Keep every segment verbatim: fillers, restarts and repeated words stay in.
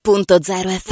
Punto zero F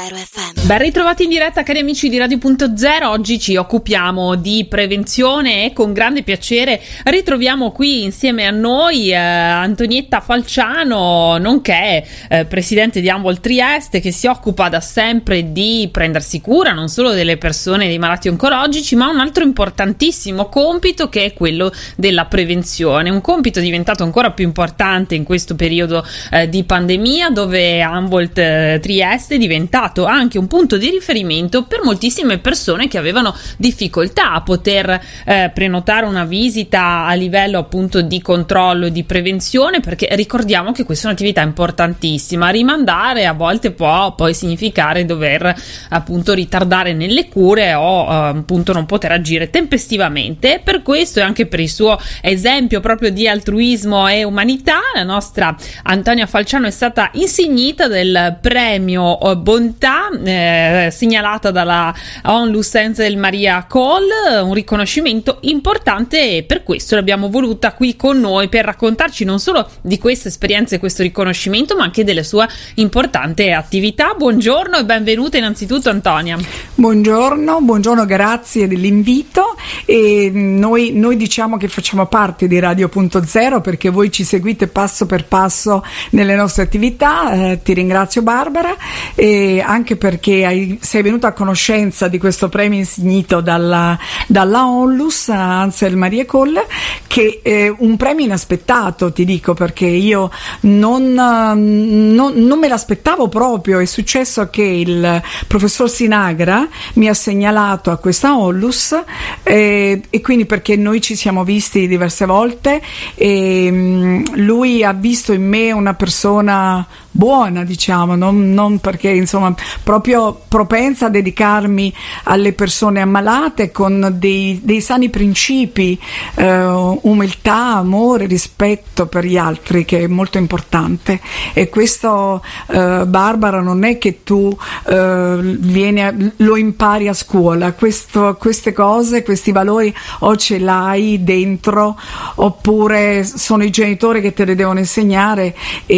M. Ben ritrovati in diretta, cari amici di Radio Punto Zero. Oggi ci occupiamo di prevenzione e con grande piacere ritroviamo qui insieme a noi eh, Antonietta Falciano, nonché eh, presidente di Humboldt Trieste, che si occupa da sempre di prendersi cura non solo delle persone, dei malati oncologici, ma un altro importantissimo compito che è quello della prevenzione, un compito diventato ancora più importante in questo periodo eh, di pandemia, dove Humboldt eh, Trieste è diventato anche un punto di riferimento per moltissime persone che avevano difficoltà a poter eh, prenotare una visita a livello appunto di controllo e di prevenzione, perché ricordiamo che questa è un'attività importantissima. Rimandare a volte può poi significare dover appunto ritardare nelle cure o eh, appunto non poter agire tempestivamente. Per questo e anche per il suo esempio proprio di altruismo e umanità, la nostra Antonia Falciano è stata insignita del premio Bontà eh, segnalata dalla Onlus Angel Maria Cole, un riconoscimento importante, e per questo l'abbiamo voluta qui con noi per raccontarci non solo di queste esperienze e questo riconoscimento, ma anche delle sue importanti attività. Buongiorno e benvenuta innanzitutto Antonia. Buongiorno, buongiorno, grazie dell'invito. E noi, noi diciamo che facciamo parte di Radio Punto Zero perché voi ci seguite passo per passo nelle nostre attività. Eh, ti ringrazio Barbara, e anche perché hai, sei venuta a conoscenza di questo premio insignito dalla, dalla Onlus Ansel Marie Colle, che è un premio inaspettato, ti dico, perché io non, non, non me l'aspettavo proprio. È successo che il professor Sinagra mi ha segnalato a questa Onlus eh, e quindi perché noi ci siamo visti diverse volte e mh, lui ha visto in me una persona buona, diciamo, non, non perché insomma proprio propensa a dedicarmi alle persone ammalate con dei, dei sani principi, eh, umiltà, amore, rispetto per gli altri, che è molto importante. E questo eh, Barbara, non è che tu eh, vieni a, lo impari a scuola, questo, queste cose, questi valori o ce l'hai dentro oppure sono i genitori che te le devono insegnare,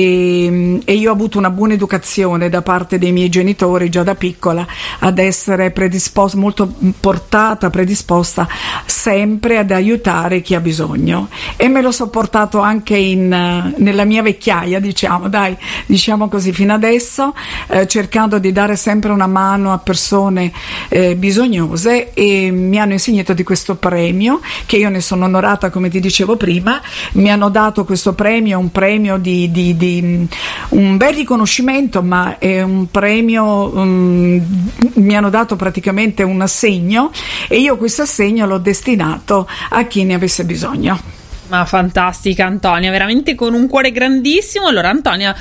e, e io ho avuto una buona educazione da parte dei miei genitori già da piccola ad essere predisposta, molto portata, predisposta sempre ad aiutare chi ha bisogno, e me lo so portato anche in, nella mia vecchiaia, diciamo, dai, diciamo così, fino adesso, eh, cercando di dare sempre una mano a persone eh, bisognose, e mi hanno insegnato di questo premio, che io ne sono onorata, come ti dicevo prima. Mi hanno dato questo premio, un premio di, di, di un bel riconoscimento, ma è un premio, um, mi hanno dato praticamente un assegno, e io questo assegno l'ho destinato a chi ne avesse bisogno. Ma fantastica Antonia, veramente con un cuore grandissimo. Allora Antonia,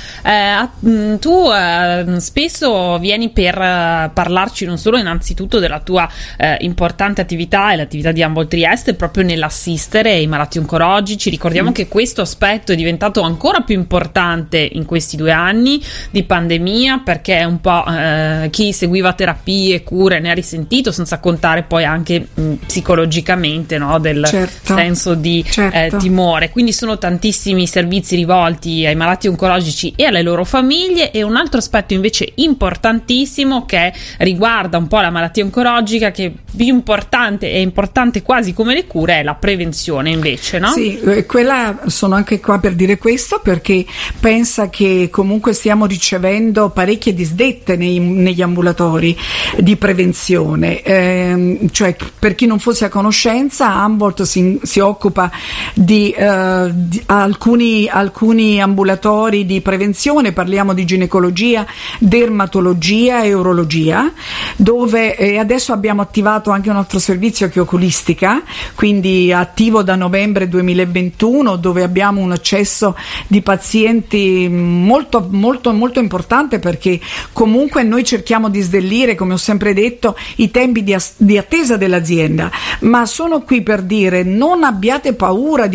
eh, tu eh, spesso vieni per eh, parlarci non solo innanzitutto della tua eh, importante attività e l'attività di Humboldt Trieste proprio nell'assistere i malati oncologici. Ricordiamo mm. che questo aspetto è diventato ancora più importante in questi due anni di pandemia, perché un po' eh, chi seguiva terapie, cure ne ha risentito, senza contare poi anche mh, psicologicamente, no, del certo. senso di certo. eh, timore. Quindi sono tantissimi servizi rivolti ai malati oncologici e alle loro famiglie. E un altro aspetto invece importantissimo che riguarda un po' la malattia oncologica, che è più importante, è importante quasi come le cure, è la prevenzione invece, no? Sì, quella, sono anche qua per dire questo, perché pensa che comunque stiamo ricevendo parecchie disdette nei, negli ambulatori di prevenzione, eh, cioè per chi non fosse a conoscenza, Humboldt si, si occupa di, uh, di alcuni, alcuni ambulatori di prevenzione. Parliamo di ginecologia, dermatologia e urologia, dove eh, adesso abbiamo attivato anche un altro servizio che è oculistica, quindi attivo da novembre duemilaventuno, dove abbiamo un accesso di pazienti molto molto molto importante, perché comunque noi cerchiamo di snellire, come ho sempre detto, i tempi di, as- di attesa dell'azienda, ma sono qui per dire: non abbiate paura di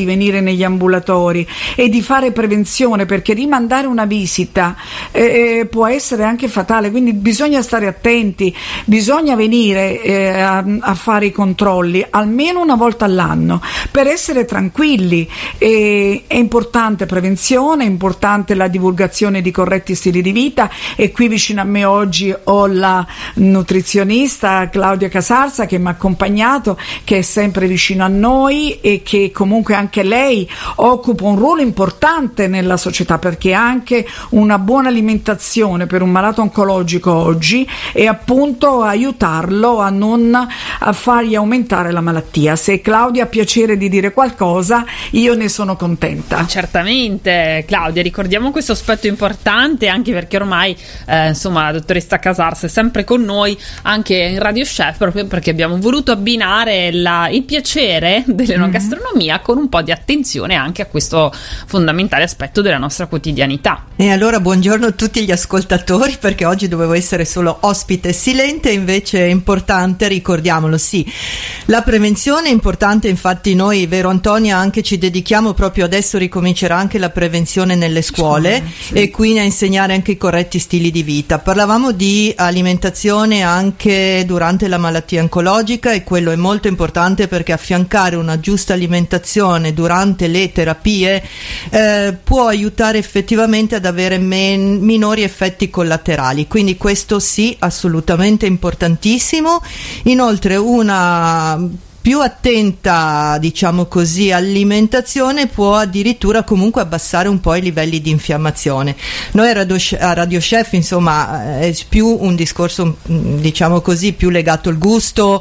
di venire negli ambulatori e di fare prevenzione, perché rimandare una visita eh, può essere anche fatale, quindi bisogna stare attenti, bisogna venire eh, a, a fare i controlli almeno una volta all'anno per essere tranquilli. E, è importante prevenzione, è importante la divulgazione di corretti stili di vita, e qui vicino a me oggi ho la nutrizionista Claudia Casarsa che mi ha accompagnato, che è sempre vicino a noi e che comunque anche lei occupa un ruolo importante nella società, perché anche una buona alimentazione per un malato oncologico oggi è appunto aiutarlo a non a fargli aumentare la malattia. Se Claudia ha piacere di dire qualcosa, io ne sono contenta. Certamente Claudia, ricordiamo questo aspetto importante, anche perché ormai eh, insomma la dottoressa Casarsa è sempre con noi anche in Radio Chef, proprio perché abbiamo voluto abbinare la, il piacere dell'enogastronomia mm-hmm. con un po' di attenzione anche a questo fondamentale aspetto della nostra quotidianità. E allora buongiorno a tutti gli ascoltatori, perché oggi dovevo essere solo ospite silente, invece è importante, ricordiamolo, sì, la prevenzione è importante. Infatti noi, vero Antonia, anche ci dedichiamo proprio adesso, ricomincerà anche la prevenzione nelle scuole, sì. E quindi a insegnare anche i corretti stili di vita. Parlavamo di alimentazione anche durante la malattia oncologica, e quello è molto importante, perché affiancare una giusta alimentazione durante le terapie eh, può aiutare effettivamente ad avere men- minori effetti collaterali, quindi questo sì, assolutamente importantissimo. Inoltre una più attenta, diciamo così, alimentazione può addirittura comunque abbassare un po' i livelli di infiammazione. Noi a Radio, a Radio Chef, insomma, è più un discorso, diciamo così, più legato al gusto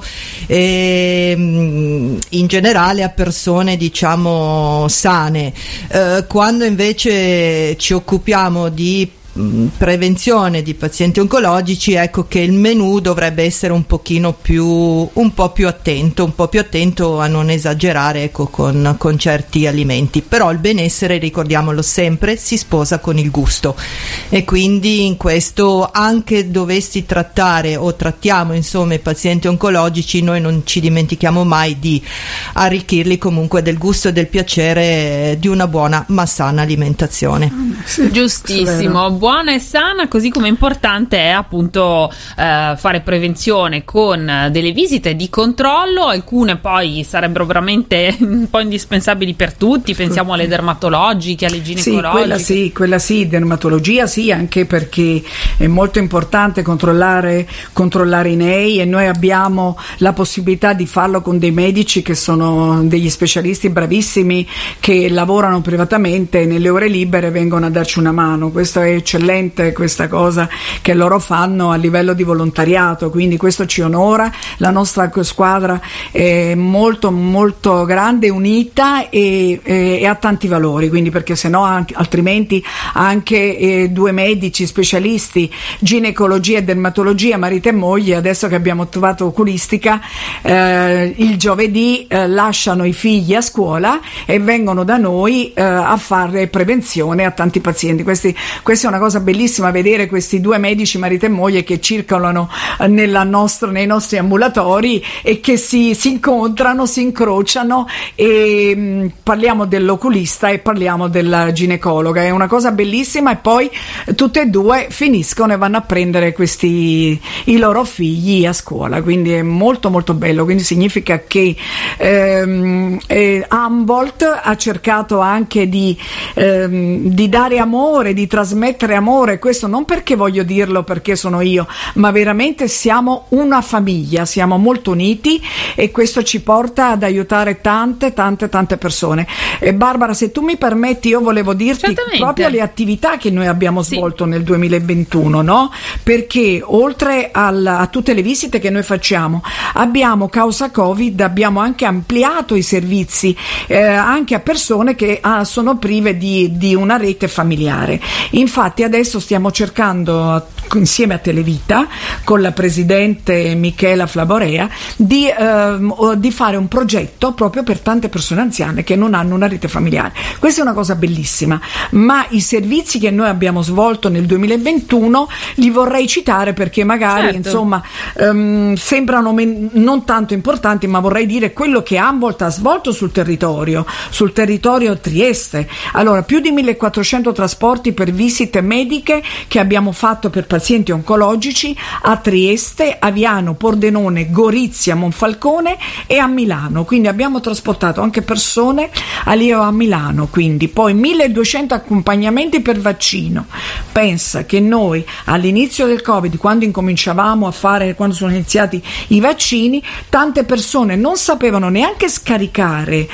e in generale a persone, diciamo, sane. Eh, quando invece ci occupiamo di prevenzione di pazienti oncologici, ecco che il menù dovrebbe essere un pochino più un po' più attento un po' più attento a non esagerare, ecco, con, con certi alimenti. Però il benessere, ricordiamolo sempre, si sposa con il gusto, e quindi in questo, anche dovessi trattare o trattiamo insomma i pazienti oncologici, noi non ci dimentichiamo mai di arricchirli comunque del gusto e del piacere di una buona ma sana alimentazione. Sì, giustissimo, buona e sana, così come importante è appunto eh, fare prevenzione con delle visite di controllo. Alcune poi sarebbero veramente un po' indispensabili per tutti, pensiamo alle dermatologiche, alle ginecologiche. Sì, quella sì, quella sì, dermatologia sì, anche perché è molto importante controllare, controllare i N E I, e noi abbiamo la possibilità di farlo con dei medici che sono degli specialisti bravissimi, che lavorano privatamente e nelle ore libere vengono a darci una mano. Questo è eccellente, questa cosa che loro fanno a livello di volontariato, quindi questo ci onora. La nostra squadra è molto molto grande, unita e, e, e ha tanti valori, quindi, perché se no anche, altrimenti anche eh, due medici specialisti, ginecologia e dermatologia, marito e moglie, adesso che abbiamo trovato oculistica, eh, il giovedì eh, lasciano i figli a scuola e vengono da noi eh, a fare prevenzione a tanti pazienti. Questi, questa è una cosa bellissima, vedere questi due medici, marito e moglie, che circolano nella nostra, nei nostri ambulatori e che si, si incontrano, si incrociano, e mh, parliamo dell'oculista e parliamo della ginecologa. È una cosa bellissima, e poi tutte e due finiscono e vanno a prendere questi i loro figli a scuola, quindi è molto molto bello. Quindi significa che ehm, eh, Humboldt ha cercato anche di, ehm, di dare amore, di trasmettere amore. Questo non perché voglio dirlo perché sono io, ma veramente siamo una famiglia, siamo molto uniti, e questo ci porta ad aiutare tante tante tante persone. E Barbara, se tu mi permetti, io volevo dirti Certamente. proprio le attività che noi abbiamo svolto sì. nel duemilaventuno, no? Perché oltre al, a tutte le visite che noi facciamo, abbiamo, causa Covid, abbiamo anche ampliato i servizi eh, anche a persone che ah, sono prive di, di una rete familiare. Infatti adesso stiamo cercando insieme a Televita con la presidente Michela Flaborea di, eh, di fare un progetto proprio per tante persone anziane che non hanno una rete familiare. Questa è una cosa bellissima, ma i servizi che noi abbiamo svolto nel duemilaventuno li vorrei citare perché magari certo. insomma ehm, sembrano men- non tanto importanti, ma vorrei dire quello che Amvolt ha svolto sul territorio, sul territorio Trieste. Allora, più di millequattrocento trasporti per visite mediche che abbiamo fatto per pazienti oncologici a Trieste, Aviano, Pordenone, Gorizia, Monfalcone e a Milano. Quindi abbiamo trasportato anche persone a lì a Milano, quindi poi milleduecento accompagnamenti per vaccino. Pensa che noi all'inizio del Covid, quando incominciavamo a fare, quando sono iniziati i vaccini, tante persone non sapevano neanche scaricare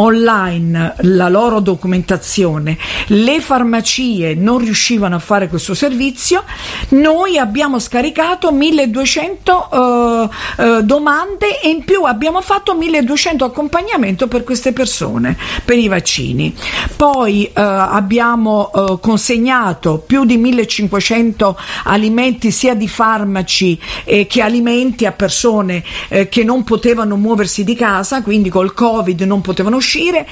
online la loro documentazione, le farmacie non riuscivano a fare questo servizio. Noi abbiamo scaricato milleduecento uh, uh, domande e in più abbiamo fatto milleduecento accompagnamento per queste persone per i vaccini. Poi uh, abbiamo uh, consegnato più di millecinquecento alimenti sia di farmaci eh, che alimenti a persone eh, che non potevano muoversi di casa, quindi col Covid non potevano uscire,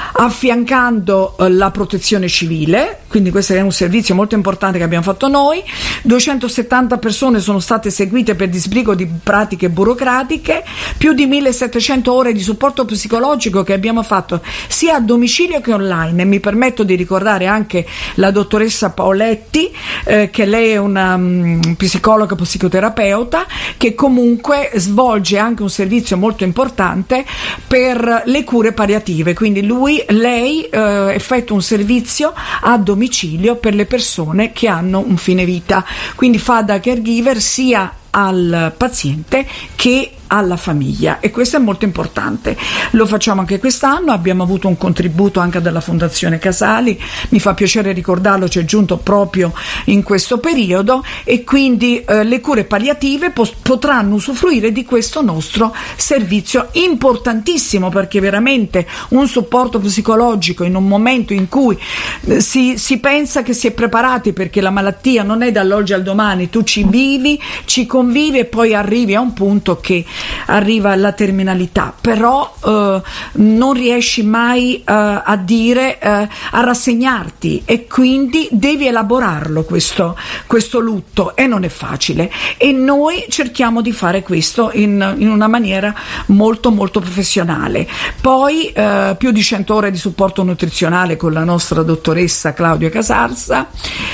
affiancando eh, la protezione civile. Quindi questo è un servizio molto importante che abbiamo fatto noi. duecentosettanta persone sono state seguite per disbrigo di pratiche burocratiche, più di millesettecento ore di supporto psicologico che abbiamo fatto sia a domicilio che online. E mi permetto di ricordare anche la dottoressa Paoletti, eh, che lei è una um, psicologa psicoterapeuta che comunque svolge anche un servizio molto importante per le cure palliative. Quindi lui, lei eh, effettua un servizio a domicilio per le persone che hanno un fine vita, quindi fa da caregiver sia al paziente che alla famiglia, e questo è molto importante. Lo facciamo anche quest'anno, abbiamo avuto un contributo anche dalla Fondazione Casali, mi fa piacere ricordarlo, ci è giunto proprio in questo periodo, e quindi eh, le cure palliative pos- potranno usufruire di questo nostro servizio importantissimo, perché veramente un supporto psicologico in un momento in cui eh, si, si pensa che si è preparati, perché la malattia non è dall'oggi al domani, tu ci vivi, ci convivi e poi arrivi a un punto che arriva alla terminalità, però eh, non riesci mai eh, a dire, eh, a rassegnarti, e quindi devi elaborarlo questo, questo lutto, e non è facile, e noi cerchiamo di fare questo in, in una maniera molto molto professionale. Poi eh, più di cento ore di supporto nutrizionale con la nostra dottoressa Claudia Casarsa,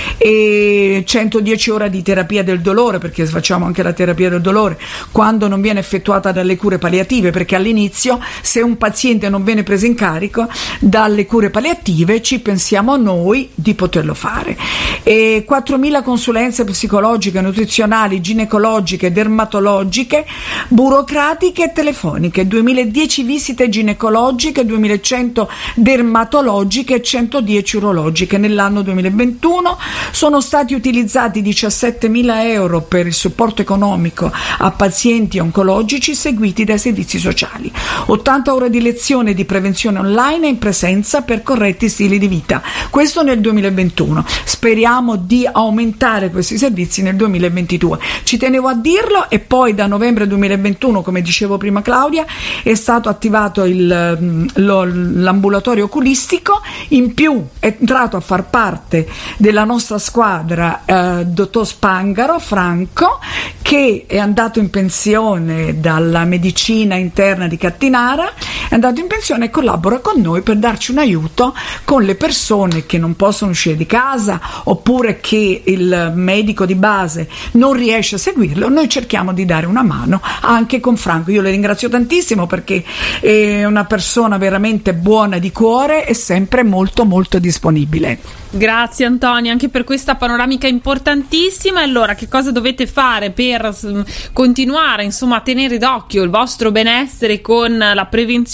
e centodieci ore di terapia del dolore, perché facciamo anche la terapia del dolore quando non viene effettuata dalle cure palliative, perché all'inizio, se un paziente non viene preso in carico dalle cure palliative, ci pensiamo noi di poterlo fare. E quattromila consulenze psicologiche, nutrizionali, ginecologiche, dermatologiche, burocratiche e telefoniche, duemiladieci visite ginecologiche, duemilacento dermatologiche e centodieci urologiche. Nell'anno duemilaventuno sono stati utilizzati diciassettemila euro per il supporto economico a pazienti oncologici seguiti dai servizi sociali, ottanta ore di lezione di prevenzione online e in presenza per corretti stili di vita. Questo nel duemilaventuno. Speriamo di aumentare questi servizi nel duemilaventidue. Ci tenevo a dirlo. E poi da novembre duemilaventuno, come dicevo prima Claudia, è stato attivato il, lo, l'ambulatorio oculistico. In più è entrato a far parte della nostra squadra eh, dottor Spangaro Franco, che è andato in pensione dalla medicina interna di Cattinara, è andato in pensione e collabora con noi per darci un aiuto con le persone che non possono uscire di casa, oppure che il medico di base non riesce a seguirlo. Noi cerchiamo di dare una mano anche con Franco. Io le ringrazio tantissimo, perché è una persona veramente buona di cuore e sempre molto molto disponibile. Grazie Antonia anche per questa panoramica importantissima. Allora, che cosa dovete fare per continuare insomma a tenere d'occhio il vostro benessere con la prevenzione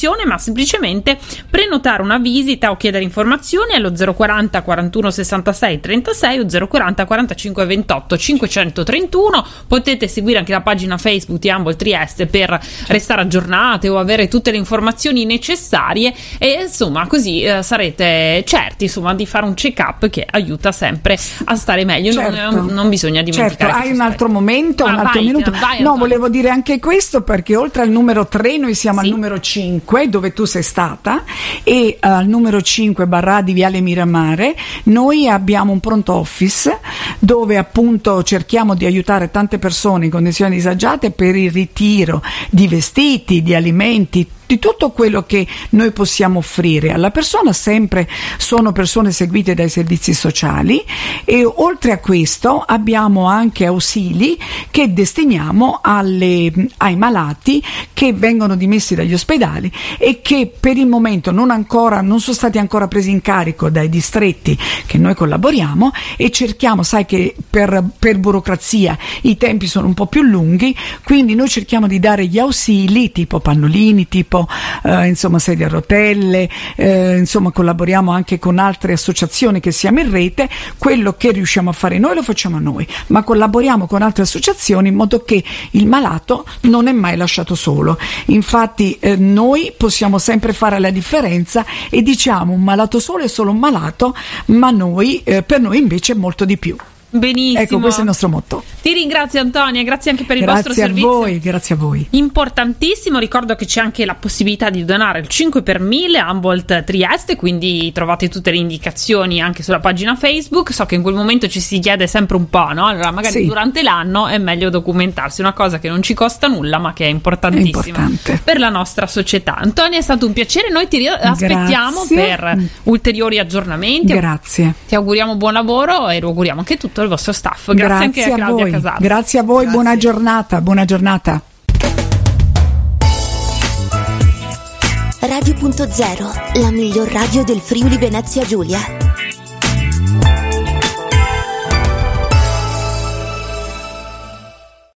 prenotazione, ma semplicemente prenotare una visita o chiedere informazioni allo zero quaranta quarantuno sessantasei trentasei o zero quaranta quarantacinque ventotto cinquecentotrentuno. Potete seguire anche la pagina Facebook di Humble Trieste per restare aggiornate o avere tutte le informazioni necessarie, e insomma così eh, sarete certi insomma di fare un check-up che aiuta sempre a stare meglio. Certo. non, non bisogna dimenticare. Certo, hai un altro momento, ah, un altro vai, minuto. vai, no, volevo dire anche questo, perché oltre al numero tre noi siamo sì. al numero cinque, dove tu sei stata, e uh, al numero cinque Barra di Viale Miramare noi abbiamo un pronto office dove appunto cerchiamo di aiutare tante persone in condizioni disagiate per il ritiro di vestiti, di alimenti, di tutto quello che noi possiamo offrire alla persona. Sempre sono persone seguite dai servizi sociali, e oltre a questo abbiamo anche ausili che destiniamo alle, ai malati che vengono dimessi dagli ospedali e che per il momento non ancora non sono stati ancora presi in carico dai distretti che noi collaboriamo, e cerchiamo, sai che per, per burocrazia i tempi sono un po' più lunghi, quindi noi cerchiamo di dare gli ausili tipo pannolini, tipo Eh, insomma sedie a rotelle, eh, insomma collaboriamo anche con altre associazioni che siamo in rete. Quello che riusciamo a fare noi lo facciamo noi, ma collaboriamo con altre associazioni in modo che il malato non è mai lasciato solo. Infatti eh, noi possiamo sempre fare la differenza e diciamo un malato solo è solo un malato, ma noi eh, per noi invece è molto di più. Benissimo. Ecco, questo è il nostro motto. Ti ringrazio Antonia, grazie anche per il grazie vostro servizio. Grazie a voi, grazie a voi. Importantissimo, ricordo che c'è anche la possibilità di donare il cinque per mille a Humboldt Trieste, quindi trovate tutte le indicazioni anche sulla pagina Facebook. So che in quel momento ci si chiede sempre un po', no? Allora magari sì. durante l'anno è meglio documentarsi, una cosa che non ci costa nulla ma che è importantissima è importante. Per la nostra società. Antonia, è stato un piacere, noi ti aspettiamo grazie. Per ulteriori aggiornamenti. Grazie. Ti auguriamo buon lavoro e lo auguriamo anche tutto il vostro staff. Grazie, grazie anche a Claudia Casale. Grazie a voi, grazie. buona giornata, buona giornata. Radio punto zero, la miglior radio del Friuli Venezia Giulia.